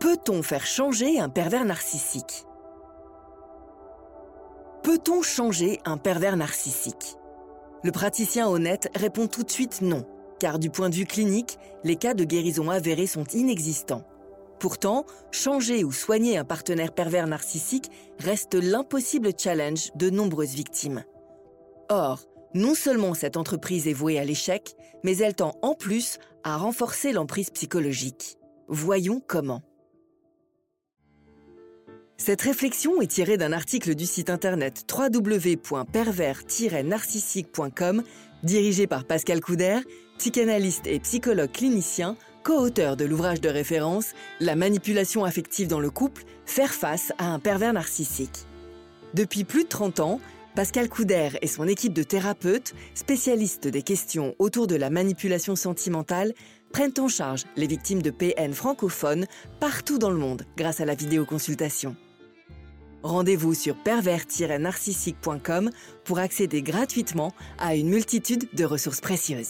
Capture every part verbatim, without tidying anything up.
Peut-on faire changer un pervers narcissique? Peut-on changer un pervers narcissique? Le praticien honnête répond tout de suite non, car du point de vue clinique, les cas de guérison avérés sont inexistants. Pourtant, changer ou soigner un partenaire pervers narcissique reste l'impossible challenge de nombreuses victimes. Or, non seulement cette entreprise est vouée à l'échec, mais elle tend en plus à renforcer l'emprise psychologique. Voyons comment. Cette réflexion est tirée d'un article du site internet w w w point pervers tiret narcissique point com dirigé par Pascal Couder, psychanalyste et psychologue clinicien, co-auteur de l'ouvrage de référence « La manipulation affective dans le couple, faire face à un pervers narcissique ». Depuis plus de trente ans, Pascal Couder et son équipe de thérapeutes, spécialistes des questions autour de la manipulation sentimentale, prennent en charge les victimes de P N francophones partout dans le monde grâce à la vidéoconsultation. Rendez-vous sur pervers tiret narcissique point com pour accéder gratuitement à une multitude de ressources précieuses.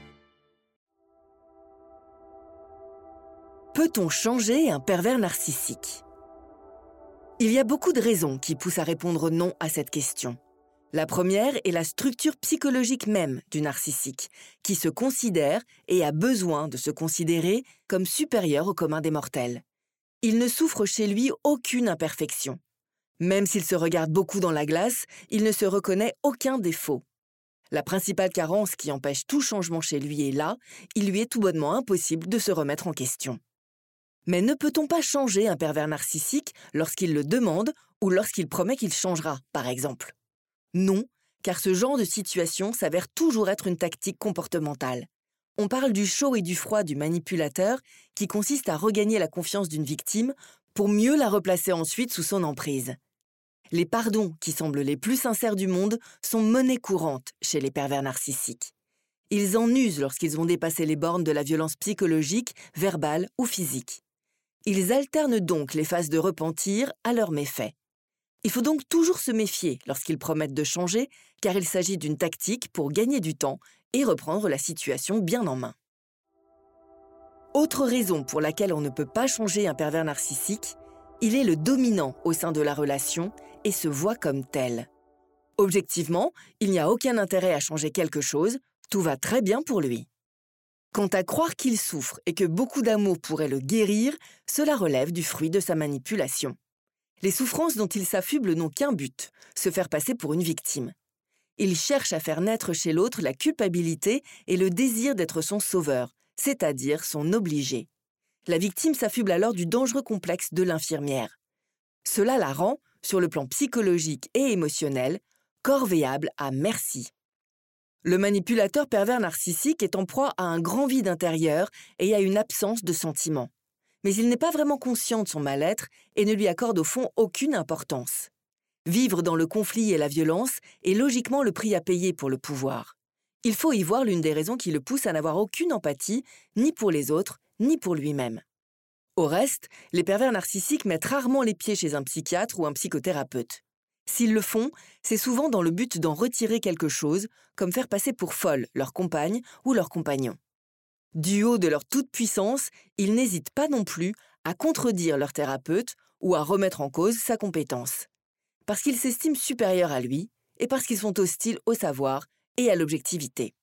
Peut-on changer un pervers narcissique? Il y a beaucoup de raisons qui poussent à répondre non à cette question. La première est la structure psychologique même du narcissique, qui se considère et a besoin de se considérer comme supérieur au commun des mortels. Il ne souffre chez lui aucune imperfection. Même s'il se regarde beaucoup dans la glace, il ne se reconnaît aucun défaut. La principale carence qui empêche tout changement chez lui est là, il lui est tout bonnement impossible de se remettre en question. Mais ne peut-on pas changer un pervers narcissique lorsqu'il le demande ou lorsqu'il promet qu'il changera, par exemple? Non, car ce genre de situation s'avère toujours être une tactique comportementale. On parle du chaud et du froid du manipulateur qui consiste à regagner la confiance d'une victime pour mieux la replacer ensuite sous son emprise. Les pardons qui semblent les plus sincères du monde sont monnaie courante chez les pervers narcissiques. Ils en usent lorsqu'ils ont dépassé les bornes de la violence psychologique, verbale ou physique. Ils alternent donc les phases de repentir à leurs méfaits. Il faut donc toujours se méfier lorsqu'ils promettent de changer, car il s'agit d'une tactique pour gagner du temps et reprendre la situation bien en main. Autre raison pour laquelle on ne peut pas changer un pervers narcissique, il est le dominant au sein de la relation et se voit comme tel. Objectivement, il n'y a aucun intérêt à changer quelque chose, tout va très bien pour lui. Quant à croire qu'il souffre et que beaucoup d'amour pourrait le guérir, cela relève du fruit de sa manipulation. Les souffrances dont il s'affuble n'ont qu'un but, se faire passer pour une victime. Il cherche à faire naître chez l'autre la culpabilité et le désir d'être son sauveur, c'est-à-dire son obligé. La victime s'affuble alors du dangereux complexe de l'infirmière. Cela la rend, sur le plan psychologique et émotionnel, corvéable à merci. Le manipulateur pervers narcissique est en proie à un grand vide intérieur et à une absence de sentiments. Mais il n'est pas vraiment conscient de son mal-être et ne lui accorde au fond aucune importance. Vivre dans le conflit et la violence est logiquement le prix à payer pour le pouvoir. Il faut y voir l'une des raisons qui le pousse à n'avoir aucune empathie, ni pour les autres, ni pour lui-même. Au reste, les pervers narcissiques mettent rarement les pieds chez un psychiatre ou un psychothérapeute. S'ils le font, c'est souvent dans le but d'en retirer quelque chose, comme faire passer pour folle leur compagne ou leur compagnon. Du haut de leur toute-puissance, ils n'hésitent pas non plus à contredire leur thérapeute ou à remettre en cause sa compétence. Parce qu'ils s'estiment supérieurs à lui et parce qu'ils sont hostiles au savoir et à l'objectivité.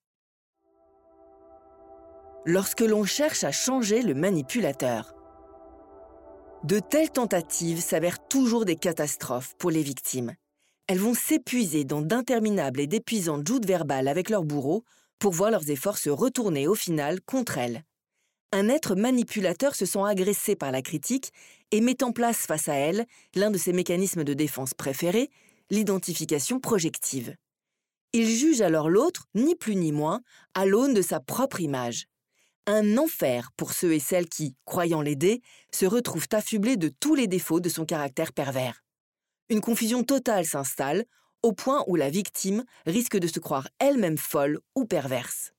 Lorsque l'on cherche à changer le manipulateur, de telles tentatives s'avèrent toujours des catastrophes pour les victimes. Elles vont s'épuiser dans d'interminables et d'épuisantes joutes verbales avec leur bourreau pour voir leurs efforts se retourner au final contre elles. Un être manipulateur se sent agressé par la critique et met en place face à elle l'un de ses mécanismes de défense préférés, l'identification projective. Il juge alors l'autre, ni plus ni moins, à l'aune de sa propre image. Un enfer pour ceux et celles qui, croyant l'aider, se retrouvent affublés de tous les défauts de son caractère pervers. Une confusion totale s'installe, au point où la victime risque de se croire elle-même folle ou perverse.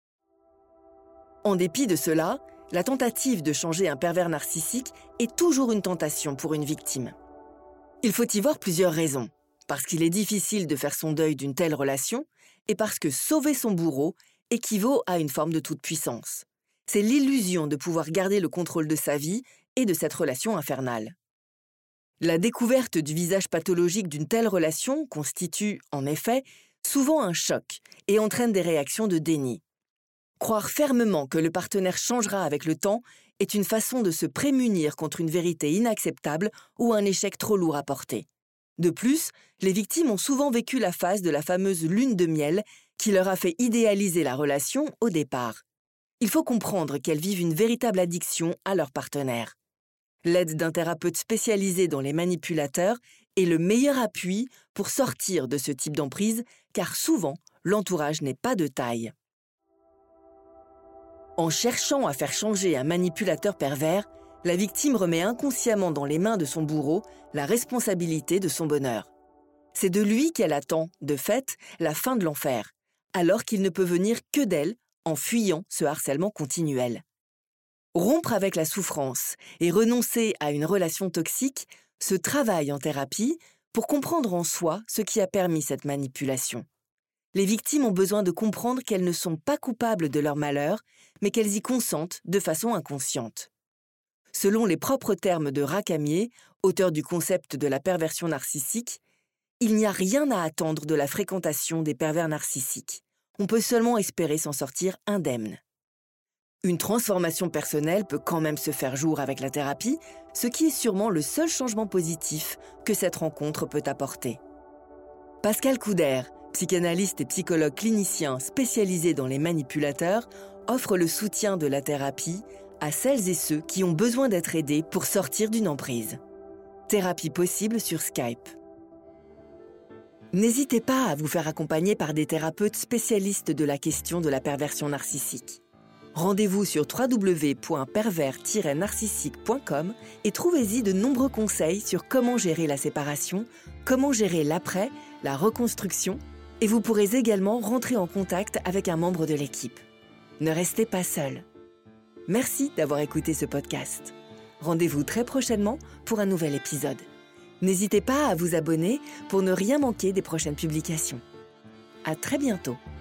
En dépit de cela, la tentative de changer un pervers narcissique est toujours une tentation pour une victime. Il faut y voir plusieurs raisons. Parce qu'il est difficile de faire son deuil d'une telle relation et parce que sauver son bourreau équivaut à une forme de toute-puissance. C'est l'illusion de pouvoir garder le contrôle de sa vie et de cette relation infernale. La découverte du visage pathologique d'une telle relation constitue, en effet, souvent un choc et entraîne des réactions de déni. Croire fermement que le partenaire changera avec le temps est une façon de se prémunir contre une vérité inacceptable ou un échec trop lourd à porter. De plus, les victimes ont souvent vécu la phase de la fameuse lune de miel qui leur a fait idéaliser la relation au départ. Il faut comprendre qu'elles vivent une véritable addiction à leur partenaire. L'aide d'un thérapeute spécialisé dans les manipulateurs est le meilleur appui pour sortir de ce type d'emprise, car souvent, l'entourage n'est pas de taille. En cherchant à faire changer un manipulateur pervers, la victime remet inconsciemment dans les mains de son bourreau la responsabilité de son bonheur. C'est de lui qu'elle attend, de fait, la fin de l'enfer, alors qu'il ne peut venir que d'elle en fuyant ce harcèlement continuel. Rompre avec la souffrance et renoncer à une relation toxique se travaille en thérapie pour comprendre en soi ce qui a permis cette manipulation. Les victimes ont besoin de comprendre qu'elles ne sont pas coupables de leur malheur, mais qu'elles y consentent de façon inconsciente. Selon les propres termes de Racamier, auteur du concept de la perversion narcissique, il n'y a rien à attendre de la fréquentation des pervers narcissiques. On peut seulement espérer s'en sortir indemne. Une transformation personnelle peut quand même se faire jour avec la thérapie, ce qui est sûrement le seul changement positif que cette rencontre peut apporter. Pascal Couder, psychanalyste et psychologue clinicien spécialisé dans les manipulateurs, offre le soutien de la thérapie à celles et ceux qui ont besoin d'être aidés pour sortir d'une emprise. Thérapie possible sur Skype. N'hésitez pas à vous faire accompagner par des thérapeutes spécialistes de la question de la perversion narcissique. Rendez-vous sur w w w point pervers tiret narcissique point com et trouvez-y de nombreux conseils sur comment gérer la séparation, comment gérer l'après, la reconstruction, et vous pourrez également rentrer en contact avec un membre de l'équipe. Ne restez pas seul. Merci d'avoir écouté ce podcast. Rendez-vous très prochainement pour un nouvel épisode. N'hésitez pas à vous abonner pour ne rien manquer des prochaines publications. À très bientôt.